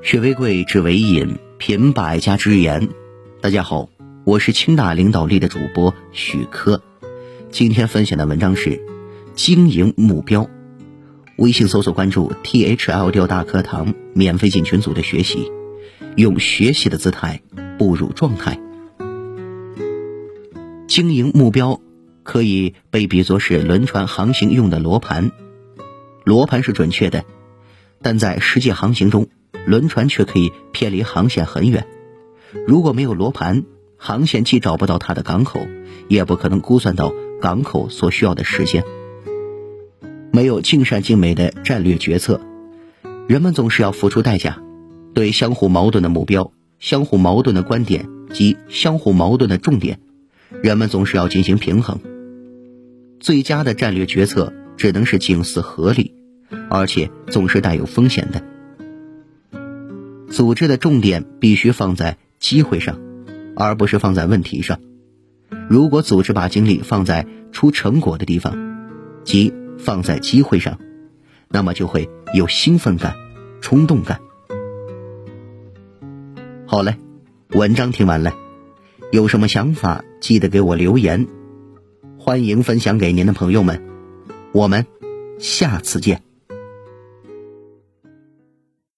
学为贵，知为引，品百家之言。大家好，我是清大领导力的主播许科。今天分享的文章是经营目标。微信搜索关注 THL 大课堂，免费进群组的学习，用学习的姿态步入状态。经营目标可以被比作是轮船航行用的罗盘，罗盘是准确的，但在实际航行中，轮船却可以偏离航线很远。如果没有罗盘，航线既找不到它的港口，也不可能估算到港口所需要的时间。没有尽善尽美的战略决策，人们总是要付出代价。对相互矛盾的目标、相互矛盾的观点及相互矛盾的重点，人们总是要进行平衡。最佳的战略决策只能是近似合理，而且总是带有风险的。组织的重点必须放在机会上，而不是放在问题上。如果组织把精力放在出成果的地方，即放在机会上，那么就会有兴奋感、冲动感。好嘞，文章听完了，有什么想法记得给我留言，欢迎分享给您的朋友们。我们下次见。